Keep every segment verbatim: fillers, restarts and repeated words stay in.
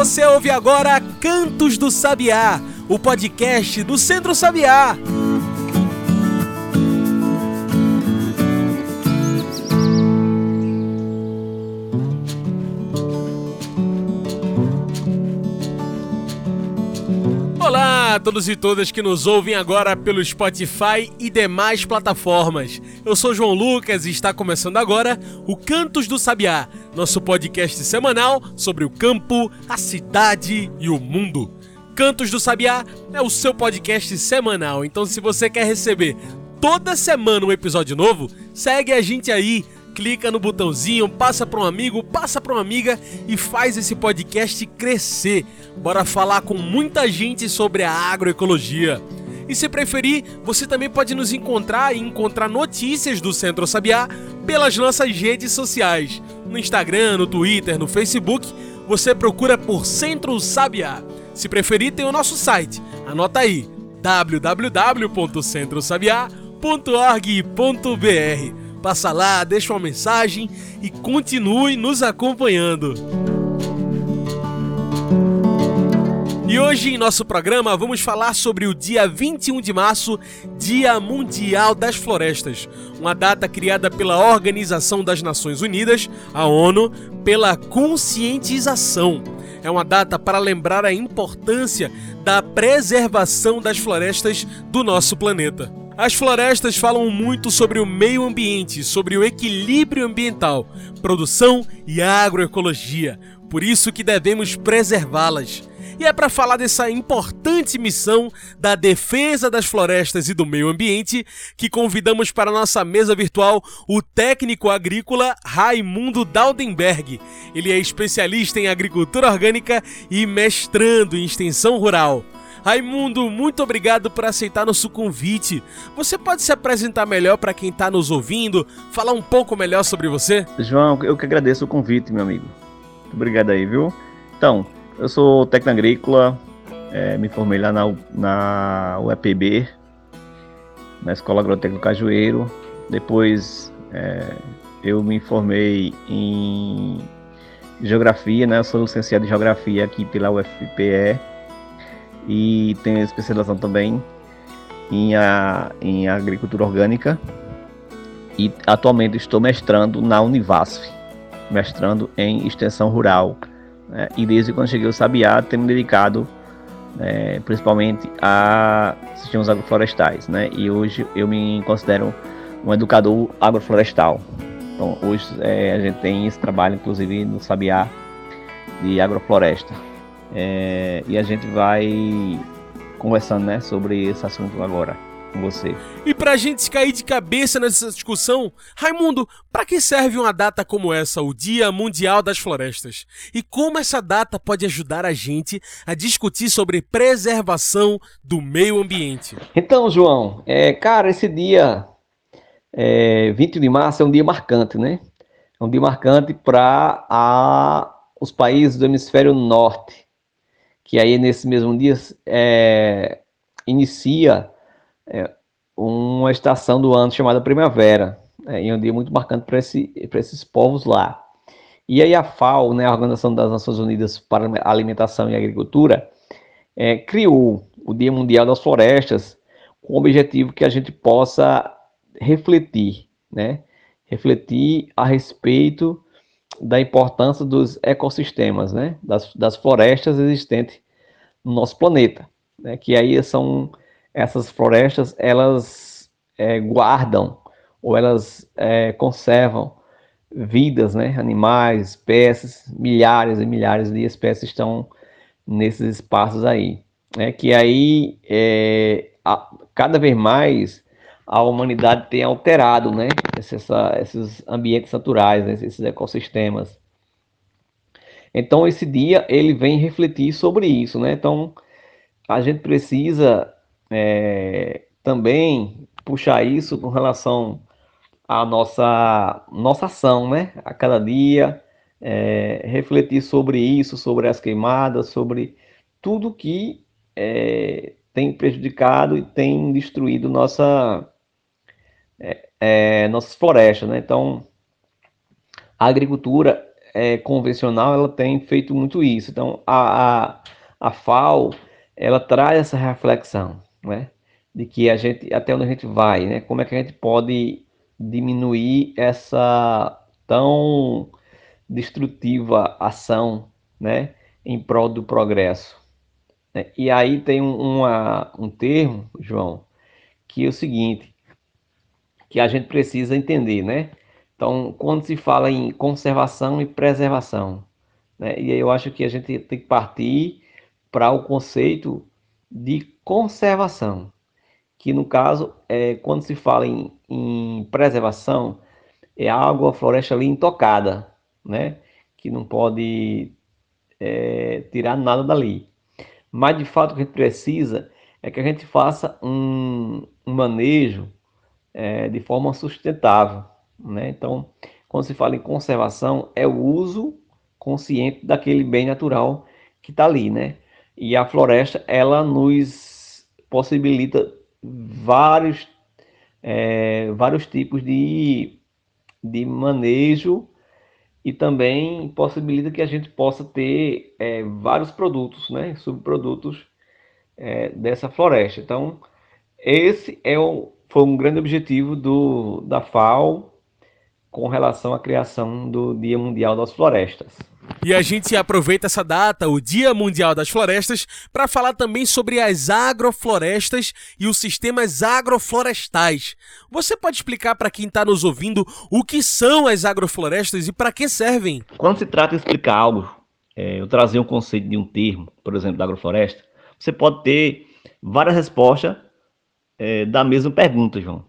Você ouve agora Cantos do Sabiá, o podcast do Centro Sabiá. Olá a todos e todas que nos ouvem agora pelo Spotify e demais plataformas. Eu sou João Lucas e está começando agora o Cantos do Sabiá, nosso podcast semanal sobre o campo, a cidade e o mundo. Cantos do Sabiá é o seu podcast semanal, então se você quer receber toda semana um episódio novo, segue a gente aí. Clica no botãozinho, passa para um amigo, passa para uma amiga e faz esse podcast crescer. Bora falar com muita gente sobre a agroecologia. E se preferir, você também pode nos encontrar e encontrar notícias do Centro Sabiá pelas nossas redes sociais. No Instagram, no Twitter, no Facebook, você procura por Centro Sabiá. Se preferir, tem o nosso site. Anota aí, w w w ponto centro sabiá ponto org ponto b r. Passa lá, deixa uma mensagem e continue nos acompanhando. E hoje em nosso programa vamos falar sobre o dia vinte e um de março, Dia Mundial das Florestas, uma data criada pela Organização das Nações Unidas, a ONU, pela conscientização. É uma data para lembrar a importância da preservação das florestas do nosso planeta. As florestas falam muito sobre o meio ambiente, sobre o equilíbrio ambiental, produção e agroecologia. Por isso que devemos preservá-las. E é para falar dessa importante missão da defesa das florestas e do meio ambiente que convidamos para a nossa mesa virtual o técnico agrícola Raimundo Daldenberg. Ele é especialista em agricultura orgânica e mestrando em extensão rural. Raimundo, muito obrigado por aceitar nosso convite. Você pode se apresentar melhor para quem está nos ouvindo, falar um pouco melhor sobre você? João, eu que agradeço o convite, meu amigo. Muito obrigado aí, viu? Então, eu sou técnico agrícola, é, me formei lá na, na U E P B, na Escola Agrotécnica Cajueiro. Depois é, eu me formei em Geografia, né? Eu sou licenciado em Geografia aqui pela U F P E. E tenho especialização também em, a, em agricultura orgânica e atualmente estou mestrando na Univasf, mestrando em extensão rural, né? E desde quando cheguei ao Sabiá tenho me dedicado né, principalmente a sistemas agroflorestais, né? E hoje eu me considero um educador agroflorestal. Então hoje é, a gente tem esse trabalho inclusive no Sabiá de agrofloresta. É, e a gente vai conversando né, sobre esse assunto agora com você. E pra gente cair de cabeça nessa discussão, Raimundo, para que serve uma data como essa, o Dia Mundial das Florestas? E como essa data pode ajudar a gente a discutir sobre preservação do meio ambiente? Então, João, é, cara, esse dia é, vinte de março é um dia marcante, né? É um dia marcante para os países do hemisfério norte, que aí nesse mesmo dia é, inicia é, uma estação do ano chamada primavera, é, e é um dia muito marcante para esse, para esses povos lá. E aí a FAO, né, a Organização das Nações Unidas para a Alimentação e Agricultura, é, criou o Dia Mundial das Florestas com o objetivo que a gente possa refletir, né, refletir a respeito da importância dos ecossistemas, né, das, das florestas existentes no nosso planeta, né, que aí são essas florestas, elas é, guardam ou elas é, conservam vidas, né, animais, espécies, milhares e milhares de espécies estão nesses espaços aí, né, que aí é, a, cada vez mais a humanidade tem alterado, né, essa, esses ambientes naturais, né, esses ecossistemas. Então, esse dia, ele vem refletir sobre isso, né? Então, a gente precisa é, também puxar isso com relação à nossa, nossa ação, né? A cada dia, é, refletir sobre isso, sobre as queimadas, sobre tudo que é, tem prejudicado e tem destruído nossa... É, é, nossas florestas, né? Então, a agricultura é, convencional, ela tem feito muito isso. Então, a, a, a FAO, ela traz essa reflexão, né? De que a gente, até onde a gente vai, né? Como é que a gente pode diminuir essa tão destrutiva ação, né? Em prol do progresso, né? E aí tem um, uma, um termo, João, que é o seguinte, que a gente precisa entender, né? Então, quando se fala em conservação e preservação, né? E aí eu acho que a gente tem que partir para o conceito de conservação, que no caso é quando se fala em, em preservação, é algo, a floresta ali intocada, né? Que não pode é, tirar nada dali. Mas de fato o que a gente precisa é que a gente faça um, um manejo é, de forma sustentável, né? Então, quando se fala em conservação, é o uso consciente daquele bem natural que está ali, né? E a floresta, ela nos possibilita vários, é, vários tipos de, de manejo e também possibilita que a gente possa ter é, vários produtos, né? Subprodutos é, dessa floresta. Então, esse é o, foi um grande objetivo do, da FAO com relação à criação do Dia Mundial das Florestas. E a gente aproveita essa data, o Dia Mundial das Florestas, para falar também sobre as agroflorestas e os sistemas agroflorestais. Você pode explicar para quem está nos ouvindo o que são as agroflorestas e para que servem? Quando se trata de explicar algo, é, eu trazer um conceito de um termo, por exemplo, da agrofloresta, você pode ter várias respostas é, da mesma pergunta, João.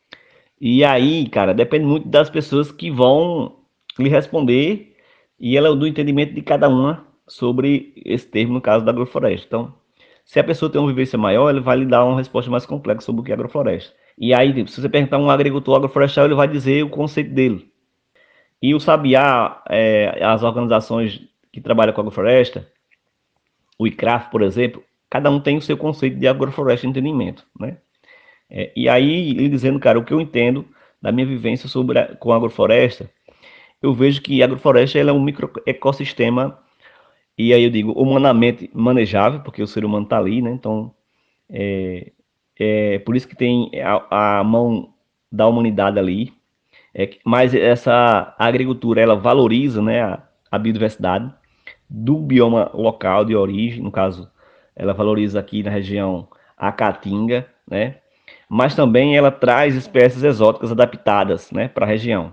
E aí, cara, depende muito das pessoas que vão lhe responder e ela é do entendimento de cada uma sobre esse termo, no caso da agrofloresta. Então, se a pessoa tem uma vivência maior, ele vai lhe dar uma resposta mais complexa sobre o que é agrofloresta. E aí, se você perguntar a um agricultor agroflorestal, ele vai dizer o conceito dele. E o Sabiá, é, as organizações que trabalham com agrofloresta, o I C R A F, por exemplo, cada um tem o seu conceito de agrofloresta e entendimento, né? É, e aí, ele dizendo, cara, o que eu entendo da minha vivência sobre a, com a agrofloresta, eu vejo que a agrofloresta ela é um microecossistema, e aí eu digo, humanamente manejável, porque o ser humano está ali, né? Então, é, é por isso que tem a, a mão da humanidade ali. É, mas essa agricultura, ela valoriza, né, a, a biodiversidade do bioma local de origem, no caso, ela valoriza aqui na região a caatinga, né? Mas também ela traz espécies exóticas adaptadas, né, para a região.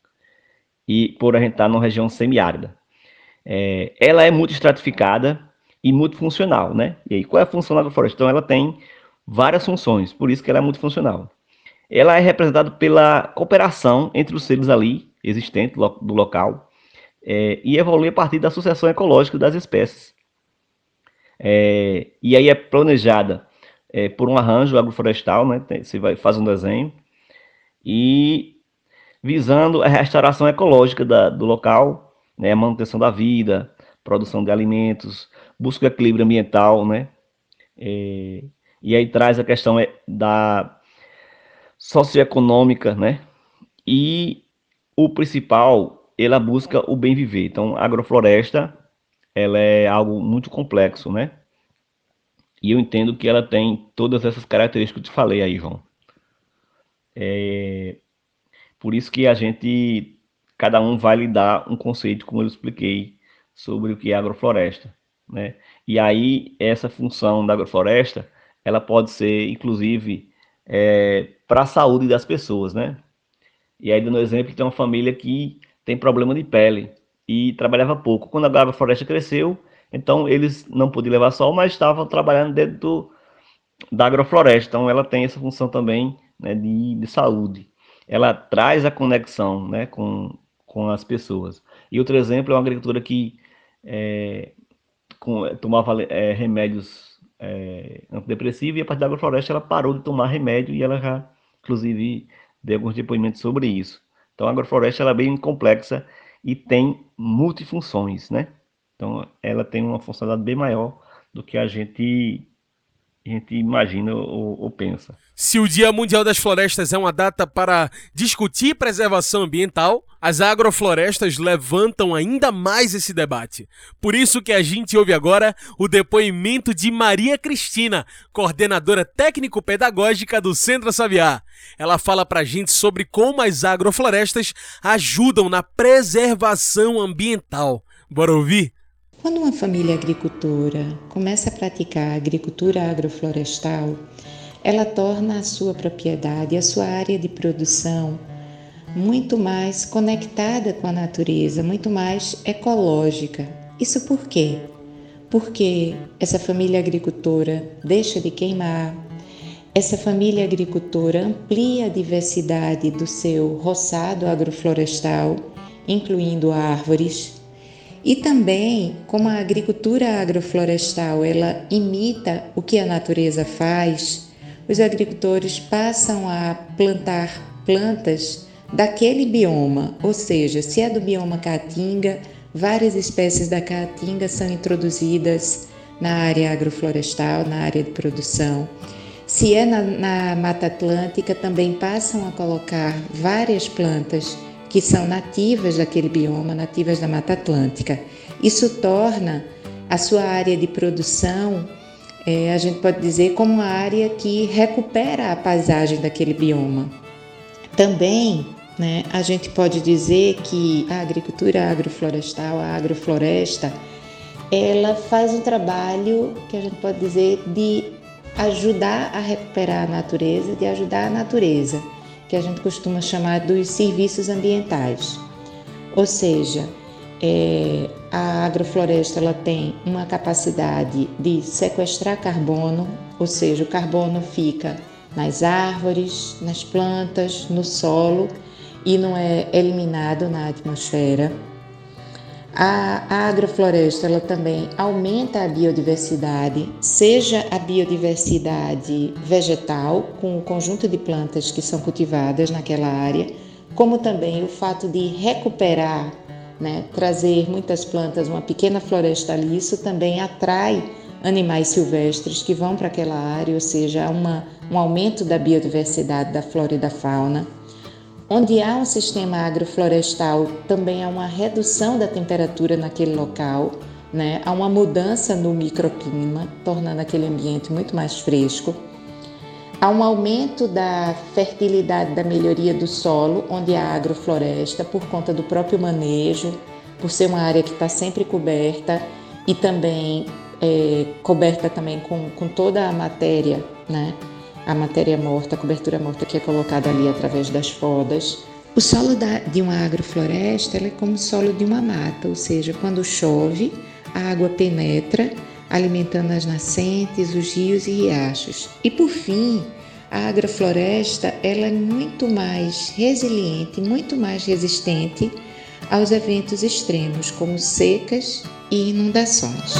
E por a gente estar numa região semiárida. É, ela é muito estratificada e multifuncional, né? E aí, qual é a função da agrofloresta? Então, ela tem várias funções, por isso que ela é multifuncional. Ela é representada pela cooperação entre os seres ali existentes do local é, e evolui a partir da sucessão ecológica das espécies. É, e aí é planejada é, por um arranjo agroflorestal, né? Você vai fazer um desenho e visando a restauração ecológica da, do local, né? A manutenção da vida, produção de alimentos, busca o equilíbrio ambiental, né? É, e aí traz a questão é, da socioeconômica, né? E o principal, ela busca o bem viver. Então, a agrofloresta, ela é algo muito complexo, né? E eu entendo que ela tem todas essas características que eu te falei aí, João. É por isso que a gente, cada um vai lhe dar um conceito, como eu expliquei, sobre o que é agrofloresta, né? E aí, essa função da agrofloresta, ela pode ser, inclusive, é, para a saúde das pessoas, né? E aí, dando exemplo, tem uma família que tem problema de pele e trabalhava pouco. Quando a agrofloresta cresceu, então eles não podiam levar sol, mas estavam trabalhando dentro do, da agrofloresta. Então, ela tem essa função também, né, de, de saúde. Ela traz a conexão, né, com, com as pessoas. E outro exemplo é uma agricultura que é, com, tomava é, remédios é, antidepressivos e a partir da agrofloresta ela parou de tomar remédio e ela já, inclusive, deu alguns depoimentos sobre isso. Então a agrofloresta ela é bem complexa e tem multifunções, né? Então ela tem uma funcionalidade bem maior do que a gente que a gente imagina ou, ou pensa. Se o Dia Mundial das Florestas é uma data para discutir preservação ambiental, as agroflorestas levantam ainda mais esse debate. Por isso que a gente ouve agora o depoimento de Maria Cristina, coordenadora técnico-pedagógica do Centro Sabiá. Ela fala pra gente sobre como as agroflorestas ajudam na preservação ambiental. Bora ouvir? Quando uma família agricultora começa a praticar a agricultura agroflorestal, ela torna a sua propriedade, a sua área de produção muito mais conectada com a natureza, muito mais ecológica. Isso por quê? Porque essa família agricultora deixa de queimar, essa família agricultora amplia a diversidade do seu roçado agroflorestal, incluindo árvores. E também, como a agricultura agroflorestal ela imita o que a natureza faz, os agricultores passam a plantar plantas daquele bioma, ou seja, se é do bioma caatinga, várias espécies da caatinga são introduzidas na área agroflorestal, na área de produção. Se é na, na Mata Atlântica, também passam a colocar várias plantas que são nativas daquele bioma, nativas da Mata Atlântica. Isso torna a sua área de produção, é, a gente pode dizer, como uma área que recupera a paisagem daquele bioma. Também, né, a gente pode dizer que a agricultura agroflorestal, a agrofloresta, ela faz um trabalho que a gente pode dizer de ajudar a recuperar a natureza, de ajudar a natureza, que a gente costuma chamar dos serviços ambientais. Ou seja, é, a agrofloresta ela tem uma capacidade de sequestrar carbono, ou seja, o carbono fica nas árvores, nas plantas, no solo e não é eliminado na atmosfera. A, a agrofloresta ela também aumenta a biodiversidade, seja a biodiversidade vegetal, com o conjunto de plantas que são cultivadas naquela área, como também o fato de recuperar, né, trazer muitas plantas, uma pequena floresta ali, isso também atrai animais silvestres que vão para aquela área, ou seja, há uma, um aumento da biodiversidade da flora e da fauna. Onde há um sistema agroflorestal, também há uma redução da temperatura naquele local, né? Há uma mudança no microclima, tornando aquele ambiente muito mais fresco. Há um aumento da fertilidade, da melhoria do solo, onde há agrofloresta, por conta do próprio manejo, por ser uma área que está sempre coberta e também é, coberta também com, com toda a matéria, né? A matéria morta, a cobertura morta que é colocada ali através das podas. O solo da, de uma agrofloresta ela é como o solo de uma mata, ou seja, quando chove, a água penetra, alimentando as nascentes, os rios e riachos. E por fim, a agrofloresta ela é muito mais resiliente, muito mais resistente aos eventos extremos, como secas e inundações.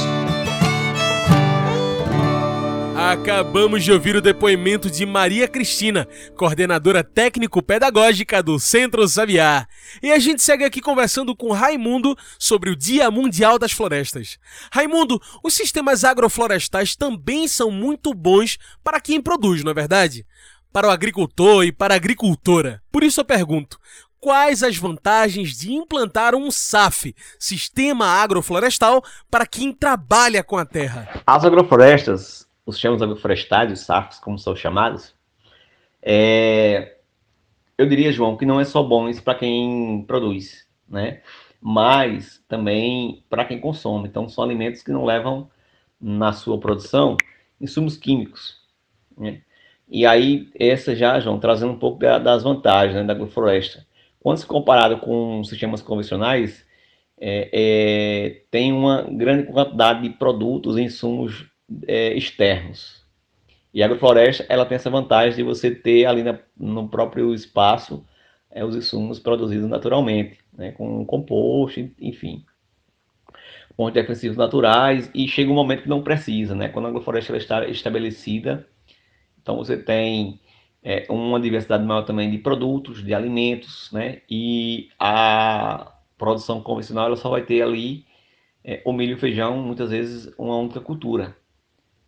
Acabamos de ouvir o depoimento de Maria Cristina, coordenadora técnico-pedagógica do Centro Sabiá. E a gente segue aqui conversando com Raimundo sobre o Dia Mundial das Florestas. Raimundo, os sistemas agroflorestais também são muito bons para quem produz, não é verdade? Para o agricultor e para a agricultora. Por isso eu pergunto, quais as vantagens de implantar um S A F, Sistema Agroflorestal, para quem trabalha com a terra? As agroflorestas, os sistemas agroflorestais, os S A Fs, como são chamados, é, eu diria, João, que não é só bom isso para quem produz, né? Mas também para quem consome. Então, são alimentos que não levam na sua produção insumos químicos, né? E aí, essa já, João, trazendo um pouco das vantagens, né, da agrofloresta. Quando se comparado com sistemas convencionais, é, é, tem uma grande quantidade de produtos e insumos é, externos. E a agrofloresta, ela tem essa vantagem de você ter ali na, no próprio espaço é, os insumos produzidos naturalmente, né, com composto, enfim, com defensivos naturais, e chega um momento que não precisa, né? Quando a agrofloresta está estabelecida, então você tem é, uma diversidade maior também de produtos, de alimentos, né? E a produção convencional ela só vai ter ali é, o milho e o feijão, muitas vezes uma única cultura.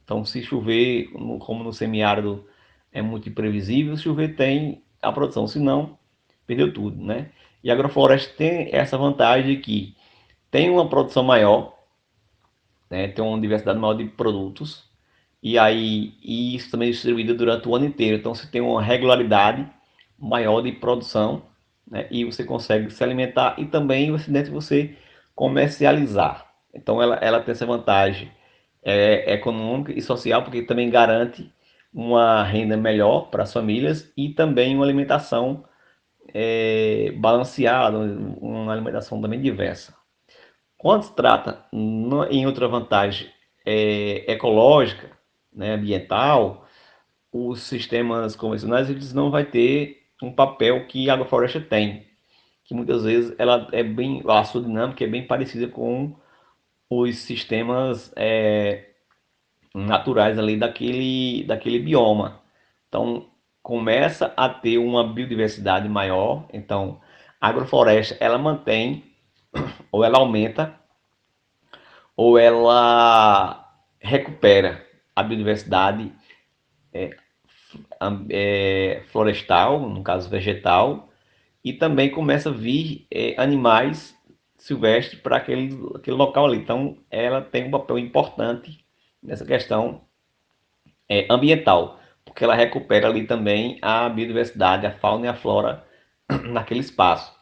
Então, se chover, como no semiárido é muito imprevisível, se chover tem a produção, se não, perdeu tudo, né? E a agrofloresta tem essa vantagem de que tem uma produção maior, né? Tem uma diversidade maior de produtos, e aí e isso também é distribuído durante o ano inteiro. Então, você tem uma regularidade maior de produção, né? E você consegue se alimentar e também você, você comercializar. Então, ela, ela tem essa vantagem é, econômica e social, porque também garante uma renda melhor para as famílias e também uma alimentação é, balanceada, uma alimentação também diversa. Quando se trata no, em outra vantagem é, ecológica, né, ambiental, os sistemas convencionais eles não vai ter um papel que a agrofloresta tem, que muitas vezes ela é bem, a sua dinâmica é bem parecida com os sistemas é, naturais ali daquele, daquele bioma. Então, começa a ter uma biodiversidade maior. Então, a agrofloresta, ela mantém, ou ela aumenta, ou ela recupera a biodiversidade é, é, florestal, no caso vegetal, e também começa a vir é, animais silvestres para aquele, aquele local ali. Então, ela tem um papel importante nessa questão é, ambiental, porque ela recupera ali também a biodiversidade, a fauna e a flora naquele espaço.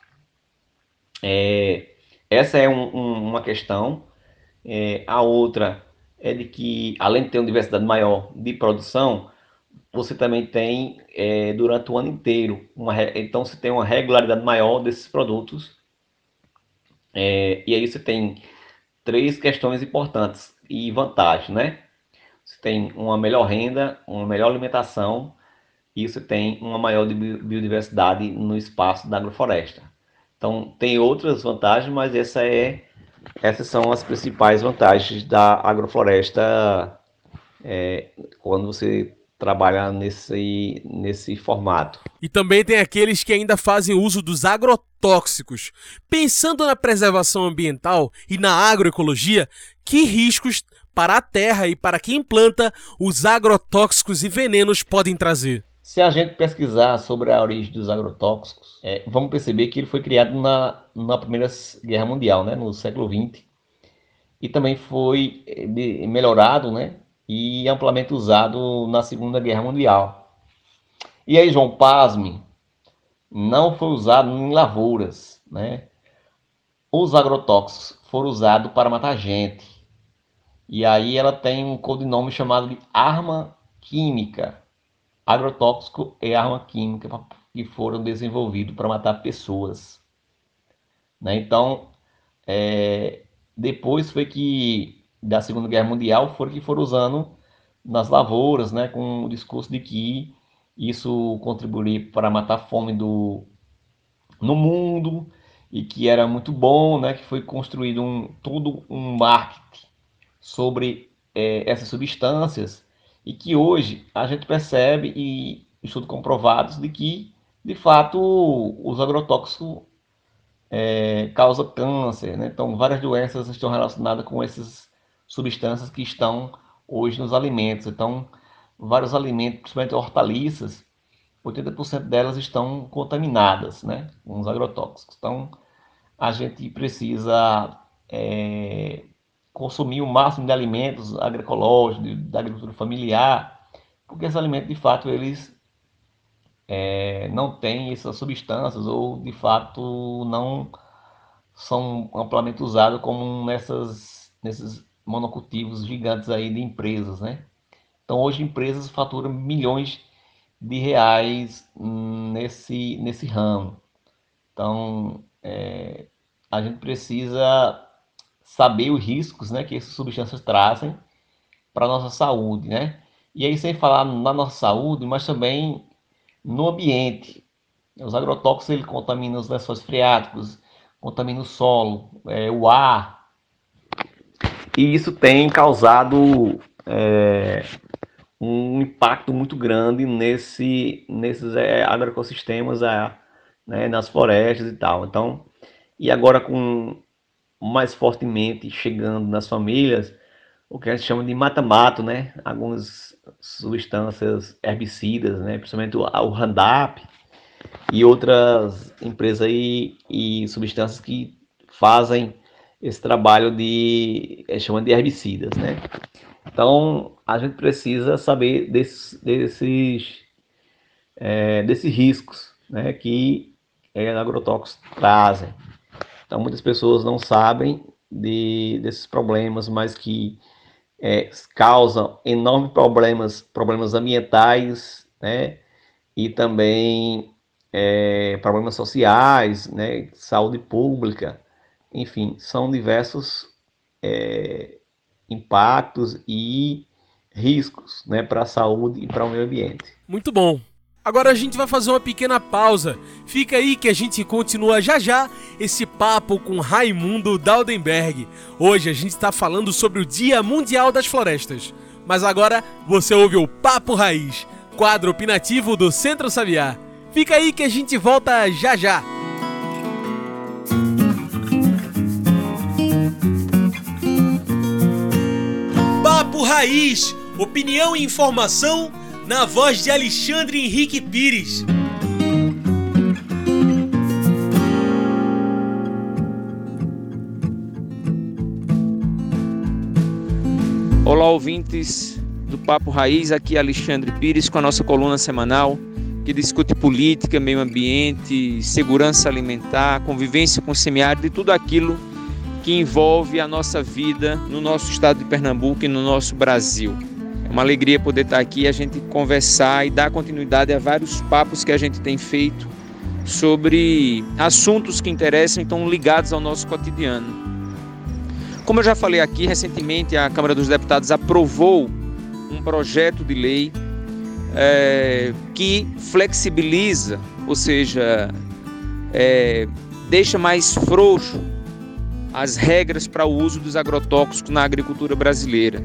É, essa é um, um, uma questão. É, a outra é de que, além de ter uma diversidade maior de produção, você também tem é, durante o ano inteiro, uma, então você tem uma regularidade maior desses produtos. É, e aí você tem três questões importantes e vantagens, né? Você tem uma melhor renda, uma melhor alimentação e você tem uma maior biodiversidade no espaço da agrofloresta. Então, tem outras vantagens, mas essa é, essas são as principais vantagens da agrofloresta é, quando você trabalha nesse, nesse formato. E também tem aqueles que ainda fazem uso dos agrotóxicos. Pensando na preservação ambiental e na agroecologia, que riscos para a terra e para quem planta os agrotóxicos e venenos podem trazer? Se a gente pesquisar sobre a origem dos agrotóxicos, é, vamos perceber que ele foi criado na, na Primeira Guerra Mundial, né, no século vinte, e também foi de, melhorado, né, e amplamente usado na Segunda Guerra Mundial. E aí, João, pasme, não foi usado em lavouras, né? Os agrotóxicos foram usados para matar gente. E aí ela tem um codinome chamado de arma química. Agrotóxico é arma química que foram desenvolvidos para matar pessoas. Né? Então, é, depois foi que, da Segunda Guerra Mundial, foram que foram usando nas lavouras, né, com o discurso de que isso contribuiria para matar a fome do, no mundo e que era muito bom, né, que foi construído um, todo um marketing sobre é, essas substâncias e que hoje a gente percebe e estudos comprovados de que, de fato, os agrotóxicos é, causam câncer, né? Então, várias doenças estão relacionadas com essas substâncias que estão hoje nos alimentos. Então, vários alimentos, principalmente hortaliças, oitenta por cento delas estão contaminadas, né, com os agrotóxicos. Então, a gente precisa é, consumir o máximo de alimentos agroecológicos, da agricultura familiar, porque esses alimentos, de fato, eles é, não têm essas substâncias ou, de fato, não são amplamente usados como nessas, nesses monocultivos gigantes aí de empresas, né? Então, hoje, empresas faturam milhões de reais nesse, nesse ramo. Então, é, a gente precisa saber os riscos, né, que essas substâncias trazem para a nossa saúde, né? E aí, sem falar na nossa saúde, mas também no ambiente. Os agrotóxicos ele contaminam os lençóis freáticos, contaminam o solo, é, o ar. E isso tem causado é, um impacto muito grande nesse, nesses é, agroecossistemas, é, né, nas florestas e tal. Então, e agora com mais fortemente chegando nas famílias, o que a gente chama de mata-mato, né? Algumas substâncias herbicidas, né? Principalmente o, o Roundup e outras empresas aí, e substâncias que fazem esse trabalho de, é, chama de herbicidas, né? Então, a gente precisa saber desses, desses, é, desses riscos, né, que é, agrotóxicos trazem. Então, muitas pessoas não sabem de, desses problemas, mas que é, causam enormes problemas, problemas ambientais, né, e também é, problemas sociais, né, saúde pública, enfim, são diversos é, impactos e riscos, né, para a saúde e para o meio ambiente. Muito bom. Agora a gente vai fazer uma pequena pausa. Fica aí que a gente continua já já esse papo com Raimundo Daldenberg. Hoje a gente está falando sobre o Dia Mundial das Florestas. Mas agora você ouve o Papo Raiz, quadro opinativo do Centro Sabiá. Fica aí que a gente volta já já. Papo Raiz, opinião e informação na voz de Alexandre Henrique Pires. Olá, ouvintes do Papo Raiz, aqui é Alexandre Pires com a nossa coluna semanal que discute política, meio ambiente, segurança alimentar, convivência com o semiárido e tudo aquilo que envolve a nossa vida no nosso estado de Pernambuco e no nosso Brasil. É uma alegria poder estar aqui e a gente conversar e dar continuidade a vários papos que a gente tem feito sobre assuntos que interessam e estão ligados ao nosso cotidiano. Como eu já falei aqui, recentemente a Câmara dos Deputados aprovou um projeto de lei é, que flexibiliza, ou seja, é, deixa mais frouxo as regras para o uso dos agrotóxicos na agricultura brasileira.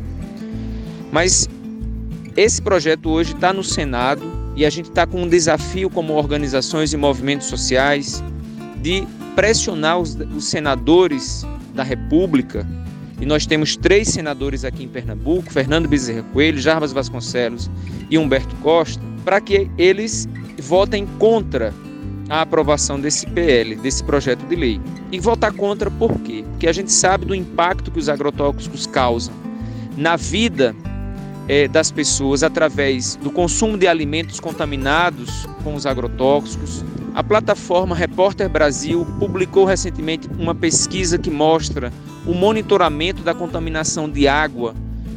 Mas esse projeto hoje está no Senado e a gente está com um desafio como organizações e movimentos sociais de pressionar os, os senadores da República, e nós temos três senadores aqui em Pernambuco, Fernando Bezerra Coelho, Jarbas Vasconcelos e Humberto Costa, para que eles votem contra a aprovação desse P L, desse projeto de lei. E votar contra por quê? Porque a gente sabe do impacto que os agrotóxicos causam na vida é, das pessoas através do consumo de alimentos contaminados com os agrotóxicos. A plataforma Repórter Brasil publicou recentemente uma pesquisa que mostra o monitoramento da contaminação de água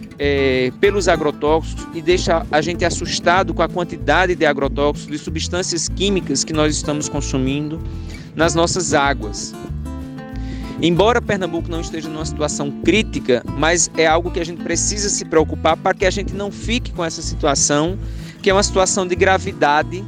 é, pelos agrotóxicos e deixa a gente assustado com a quantidade de agrotóxicos, de substâncias químicas que nós estamos consumindo nas nossas águas. Embora Pernambuco não esteja numa situação crítica, mas é algo que a gente precisa se preocupar para que a gente não fique com essa situação, que é uma situação de gravidade,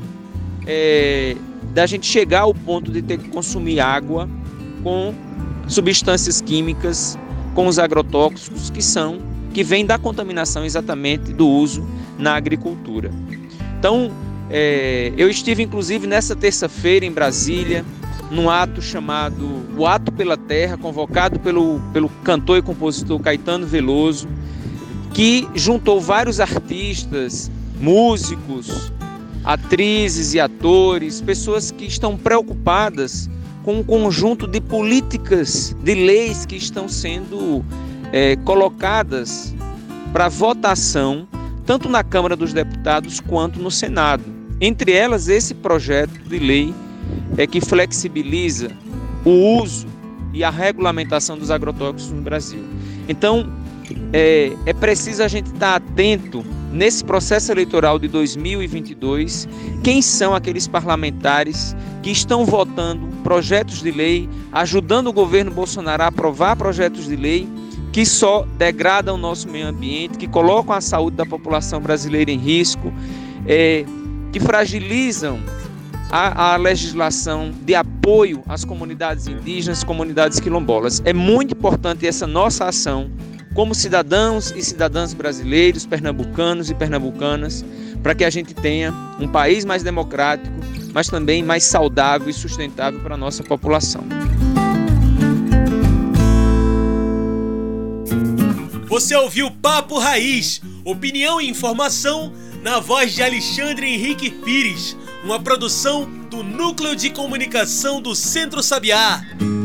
é, da gente chegar ao ponto de ter que consumir água com substâncias químicas, com os agrotóxicos que são, que vêm da contaminação exatamente do uso na agricultura. Então, é, eu estive inclusive nessa terça-feira em Brasília, num ato chamado O Ato pela Terra, convocado pelo, pelo cantor e compositor Caetano Veloso, que juntou vários artistas, músicos, atrizes e atores, pessoas que estão preocupadas com um conjunto de políticas, de leis que estão sendo é, colocadas para votação, tanto na Câmara dos Deputados quanto no Senado. Entre elas, esse projeto de lei é que flexibiliza o uso e a regulamentação dos agrotóxicos no Brasil. Então, é, é preciso a gente estar atento nesse processo eleitoral de dois mil e vinte e dois, quem são aqueles parlamentares que estão votando projetos de lei, ajudando o governo Bolsonaro a aprovar projetos de lei que só degradam o nosso meio ambiente, que colocam a saúde da população brasileira em risco, é, que fragilizam a, a legislação de apoio às comunidades indígenas, comunidades quilombolas. É muito importante essa nossa ação como cidadãos e cidadãs brasileiros, pernambucanos e pernambucanas, para que a gente tenha um país mais democrático, mas também mais saudável e sustentável para a nossa população. Você ouviu Papo Raiz, opinião e informação na voz de Alexandre Henrique Pires, uma produção do Núcleo de Comunicação do Centro Sabiá.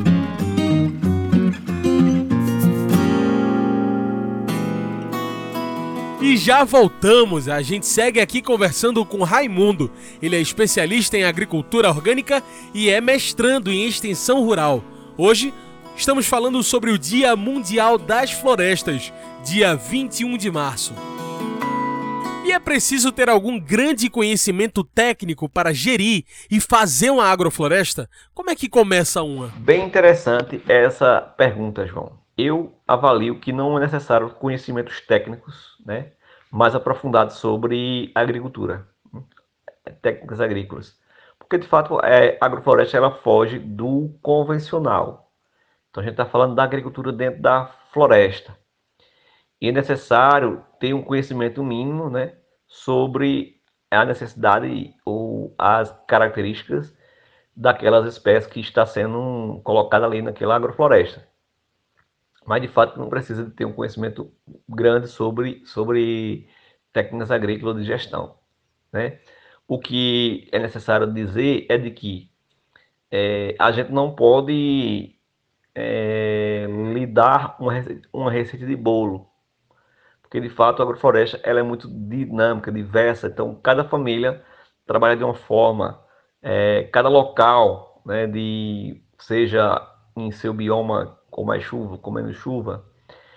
E já voltamos, a gente segue aqui conversando com Raimundo. Ele é especialista em agricultura orgânica e é mestrando em extensão rural. Hoje estamos falando sobre o Dia Mundial das Florestas, dia vinte e um de março. E é preciso ter algum grande conhecimento técnico para gerir e fazer uma agrofloresta? Como é que começa uma? Bem interessante essa pergunta, João. Eu avalio que não é necessário conhecimentos técnicos, né, mais aprofundados sobre agricultura, técnicas agrícolas. Porque, de fato, a agrofloresta ela foge do convencional. Então, a gente está falando da agricultura dentro da floresta. E é necessário ter um conhecimento mínimo, né, sobre a necessidade ou as características daquelas espécies que está sendo colocada ali naquela agrofloresta. Mas, de fato, não precisa de ter um conhecimento grande sobre, sobre técnicas agrícolas de gestão, né? O que é necessário dizer é de que é, a gente não pode é, lhe dar uma receita, uma receita de bolo, porque, de fato, a agrofloresta ela é muito dinâmica, diversa. Então, cada família trabalha de uma forma, é, cada local, né, de, seja em seu bioma com mais chuva, com menos chuva,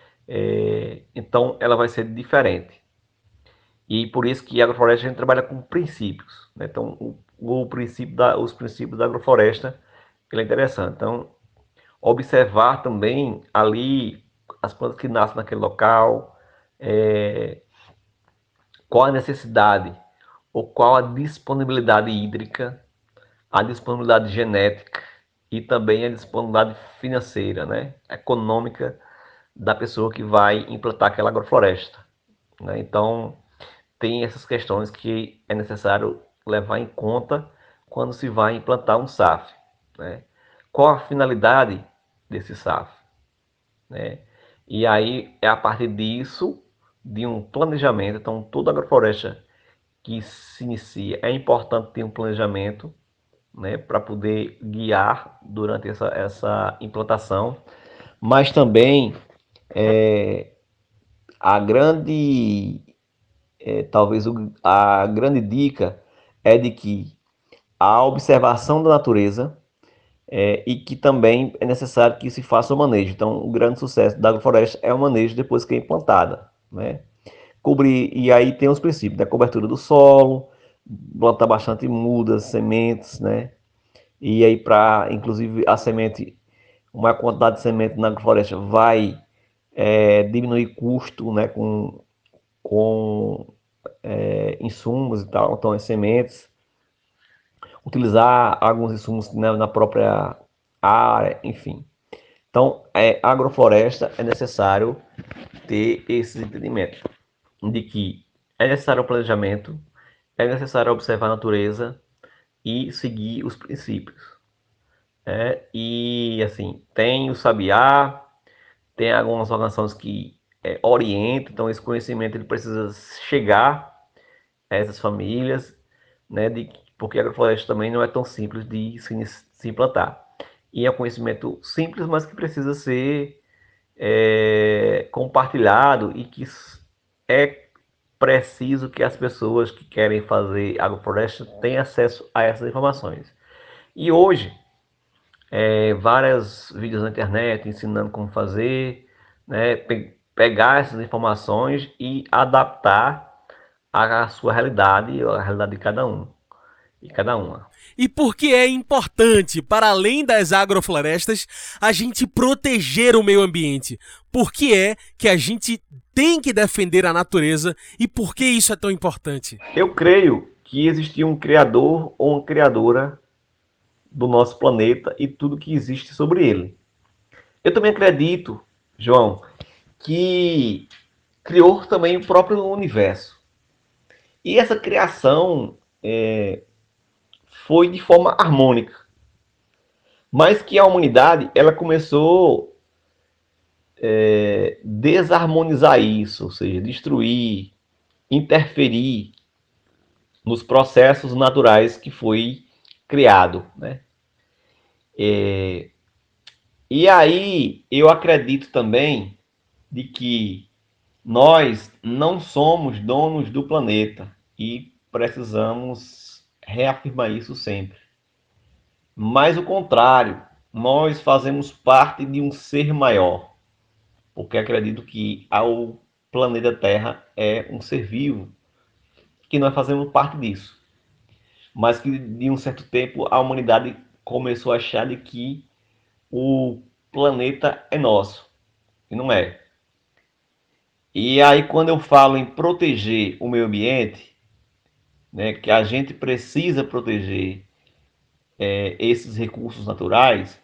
é, então ela vai ser diferente. E por isso que a agrofloresta a gente trabalha com princípios, né? Então, o, o princípio da, os princípios da agrofloresta ele é interessante. Então, observar também ali as plantas que nascem naquele local, é, qual a necessidade ou qual a disponibilidade hídrica, a disponibilidade genética e também a disponibilidade financeira, né, econômica da pessoa que vai implantar aquela agrofloresta, né? Então, tem essas questões que é necessário levar em conta quando se vai implantar um S A F, né? Qual a finalidade desse S A F, né? E aí é a partir disso, de um planejamento. Então, toda agrofloresta que se inicia é importante ter um planejamento, né, para poder guiar durante essa, essa implantação, mas também é, a grande, é, talvez o, a grande dica é de que a observação da natureza é, e que também é necessário que se faça o manejo. Então, o grande sucesso da agrofloresta é o manejo depois que é implantada, né? Cobrir, e aí tem os princípios da cobertura do solo, plantar bastante mudas, sementes, né? E aí, para, inclusive, a semente, uma quantidade de semente na agrofloresta vai é, diminuir custo, né, com, com é, insumos e tal, então as sementes, utilizar alguns insumos, né, na própria área, enfim. Então, é, a agrofloresta é necessário ter esse entendimento de que é necessário o planejamento, é necessário observar a natureza e seguir os princípios. É, e assim, tem o Sabiá, tem algumas organizações que é, orientam, então esse conhecimento ele precisa chegar a essas famílias, né, de, porque a agrofloresta também não é tão simples de se, se implantar. E é um conhecimento simples, mas que precisa ser é, compartilhado e que é preciso que as pessoas que querem fazer agrofloresta tenham acesso a essas informações. E hoje, é, vários vídeos na internet ensinando como fazer, né, pe pegar essas informações e adaptar à sua realidade, à realidade de cada um e cada uma. E por que é importante, para além das agroflorestas, a gente proteger o meio ambiente? Por que é que a gente tem que defender a natureza e por que isso é tão importante? Eu creio que existia um criador ou uma criadora do nosso planeta e tudo que existe sobre ele. Eu também acredito, João, que criou também o próprio universo. E essa criação é, foi de forma harmônica. Mas que a humanidade ela começou é, desarmonizar isso, ou seja, destruir, interferir nos processos naturais que foi criado, né? É, e aí eu acredito também de que nós não somos donos do planeta e precisamos reafirmar isso sempre. Mas o contrário, nós fazemos parte de um ser maior, porque acredito que o planeta Terra é um ser vivo, que nós fazemos parte disso. Mas que de um certo tempo a humanidade começou a achar de que o planeta é nosso, e não é. E aí quando eu falo em proteger o meio ambiente, né, que a gente precisa proteger é, esses recursos naturais,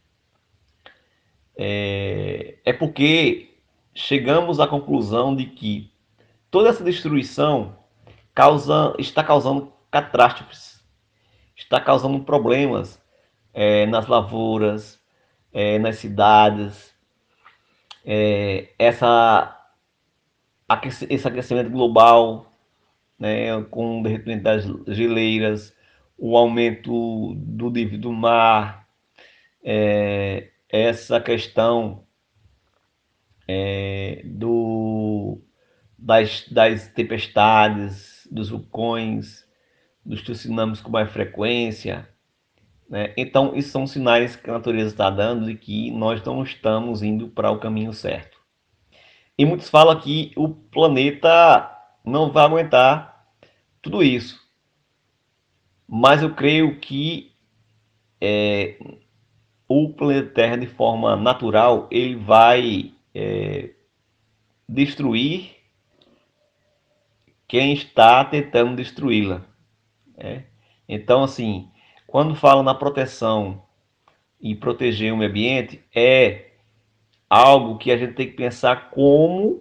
é, é porque chegamos à conclusão de que toda essa destruição causa, está causando catástrofes, está causando problemas é, nas lavouras, é, nas cidades, é, essa, esse aquecimento global, né, com o derretimento das geleiras, o aumento do nível do mar, é, essa questão é, do, das, das tempestades, dos vulcões, dos tsunamis com mais frequência, né? Então, isso são sinais que a natureza está dando de que nós não estamos indo para o caminho certo. E muitos falam que o planeta não vai aguentar tudo isso. Mas eu creio que é, o planeta Terra, de forma natural, ele vai é, destruir quem está tentando destruí-la. Né? Então, assim, quando falo na proteção e proteger o meio ambiente, é algo que a gente tem que pensar como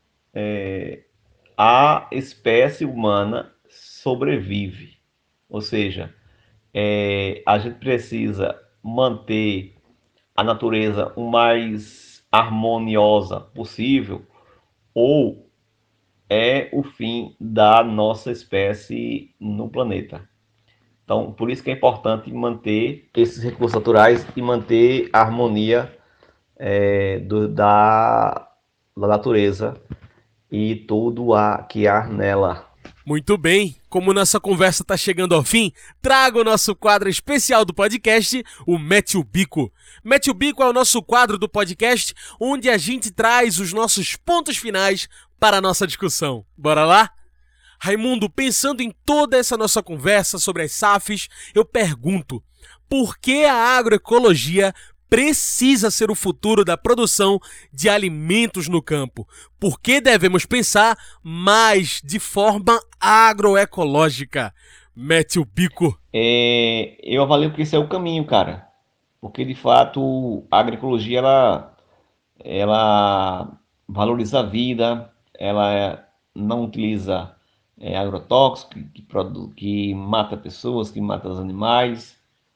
é, a espécie humana sobrevive. Ou seja, é, a gente precisa manter a natureza o mais harmoniosa possível, ou é o fim da nossa espécie no planeta. Então, por isso que é importante manter esses recursos naturais e manter a harmonia é, do, da, da natureza e tudo a, que há nela. Muito bem, como nossa conversa está chegando ao fim, trago o nosso quadro especial do podcast, o Mete o Bico. Mete o Bico é o nosso quadro do podcast, onde a gente traz os nossos pontos finais para a nossa discussão. Bora lá? Raimundo, pensando em toda essa nossa conversa sobre as S A Fs, eu pergunto, por que a agroecologia precisa ser o futuro da produção de alimentos no campo? Por que devemos pensar mais de forma agroecológica? Mete o bico. É, eu avalio que esse é o caminho, cara. Porque, de fato, a agroecologia, ela, ela valoriza a vida, ela não utiliza é, agrotóxicos que, que, que mata pessoas, que mata os animais.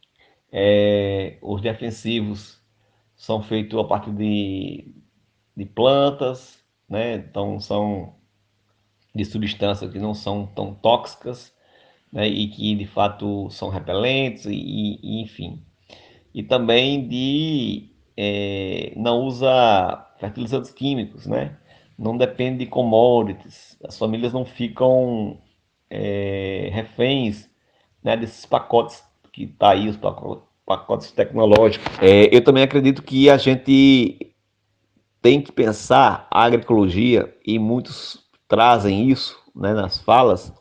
É, os defensivos são feitos a partir de, de plantas, né? Então são de substâncias que não são tão tóxicas, né? E que de fato são repelentes, e, e enfim. E também de é, não usa fertilizantes químicos, né? Não depende de commodities, as famílias não ficam é, reféns, né, desses pacotes que tá aí, os pacotes tecnológicos. É, eu também acredito que a gente tem que pensar a agroecologia, e muitos trazem isso, né, nas falas,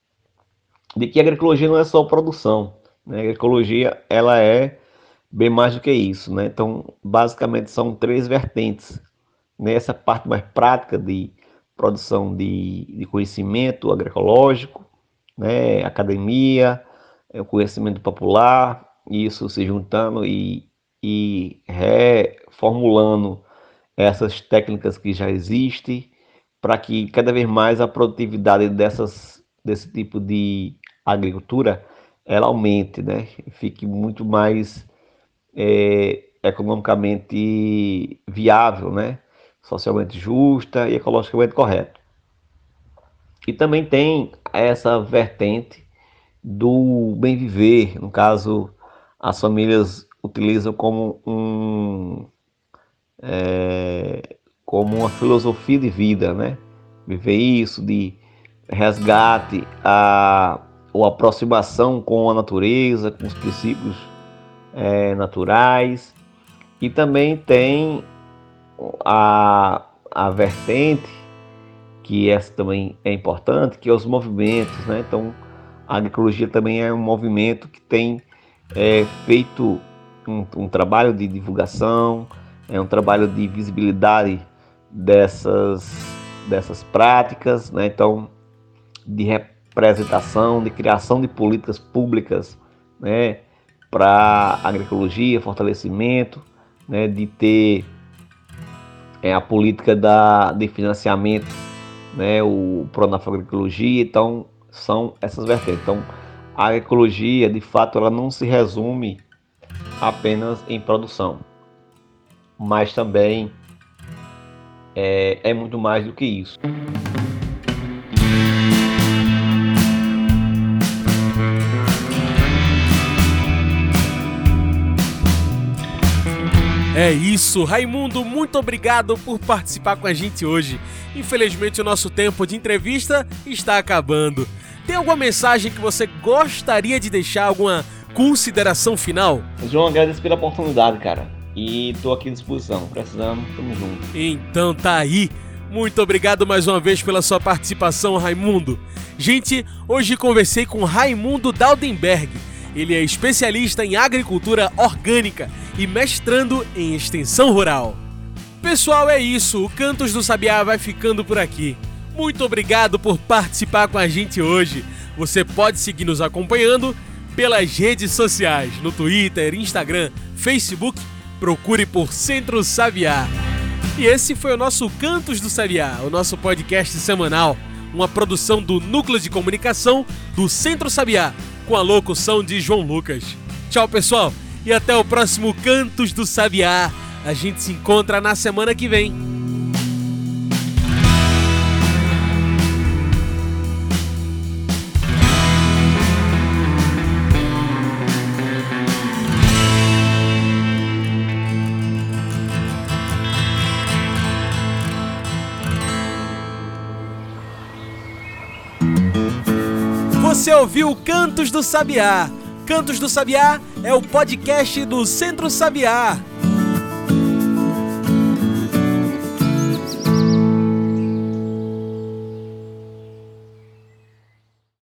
de que a agroecologia não é só produção, né? A agroecologia, ela é bem mais do que isso, né? Então, basicamente são três vertentes, né? Essa parte mais prática de produção de, de conhecimento agroecológico, né? Academia, o conhecimento popular, isso se juntando e, e reformulando essas técnicas que já existem, para que cada vez mais a produtividade dessas, desse tipo de agricultura ela aumente, né? Fique muito mais é, economicamente viável, né? Socialmente justa e ecologicamente correta. E também tem essa vertente do bem viver, no caso, as famílias utilizam como um é, como uma filosofia de vida, né? Viver isso, de resgate a, ou aproximação com a natureza, com os princípios é, naturais. E também tem a, a vertente, que essa também é importante, que é os movimentos, né? Então, a agroecologia também é um movimento que tem é, feito um, um trabalho de divulgação, é um trabalho de visibilidade dessas, dessas práticas, né? Então, de representação, de criação de políticas públicas, né? Para a agroecologia, fortalecimento, né? De ter é, a política da, de financiamento, né? O Pronaf-Agroecologia. Então, são essas vertentes. Então, a agroecologia, de fato, ela não se resume apenas em produção, mas também é, é muito mais do que isso. É isso, Raimundo, muito obrigado por participar com a gente hoje. Infelizmente o nosso tempo de entrevista está acabando. Tem alguma mensagem que você gostaria de deixar, alguma consideração final? João, agradeço pela oportunidade, cara. E tô aqui à disposição. Precisamos, tamo junto. Então tá aí. Muito obrigado mais uma vez pela sua participação, Raimundo. Gente, hoje conversei com Raimundo Daldenberg. Ele é especialista em agricultura orgânica e mestrando em extensão rural. Pessoal, é isso. O Cantos do Sabiá vai ficando por aqui. Muito obrigado por participar com a gente hoje. Você pode seguir nos acompanhando pelas redes sociais, no Twitter, Instagram, Facebook. Procure por Centro Sabiá. E esse foi o nosso Cantos do Sabiá, o nosso podcast semanal, uma produção do Núcleo de Comunicação do Centro Sabiá, com a locução de João Lucas. Tchau, pessoal, e até o próximo Cantos do Sabiá. A gente se encontra na semana que vem. Você ouviu Cantos do Sabiá. Cantos do Sabiá é o podcast do Centro Sabiá.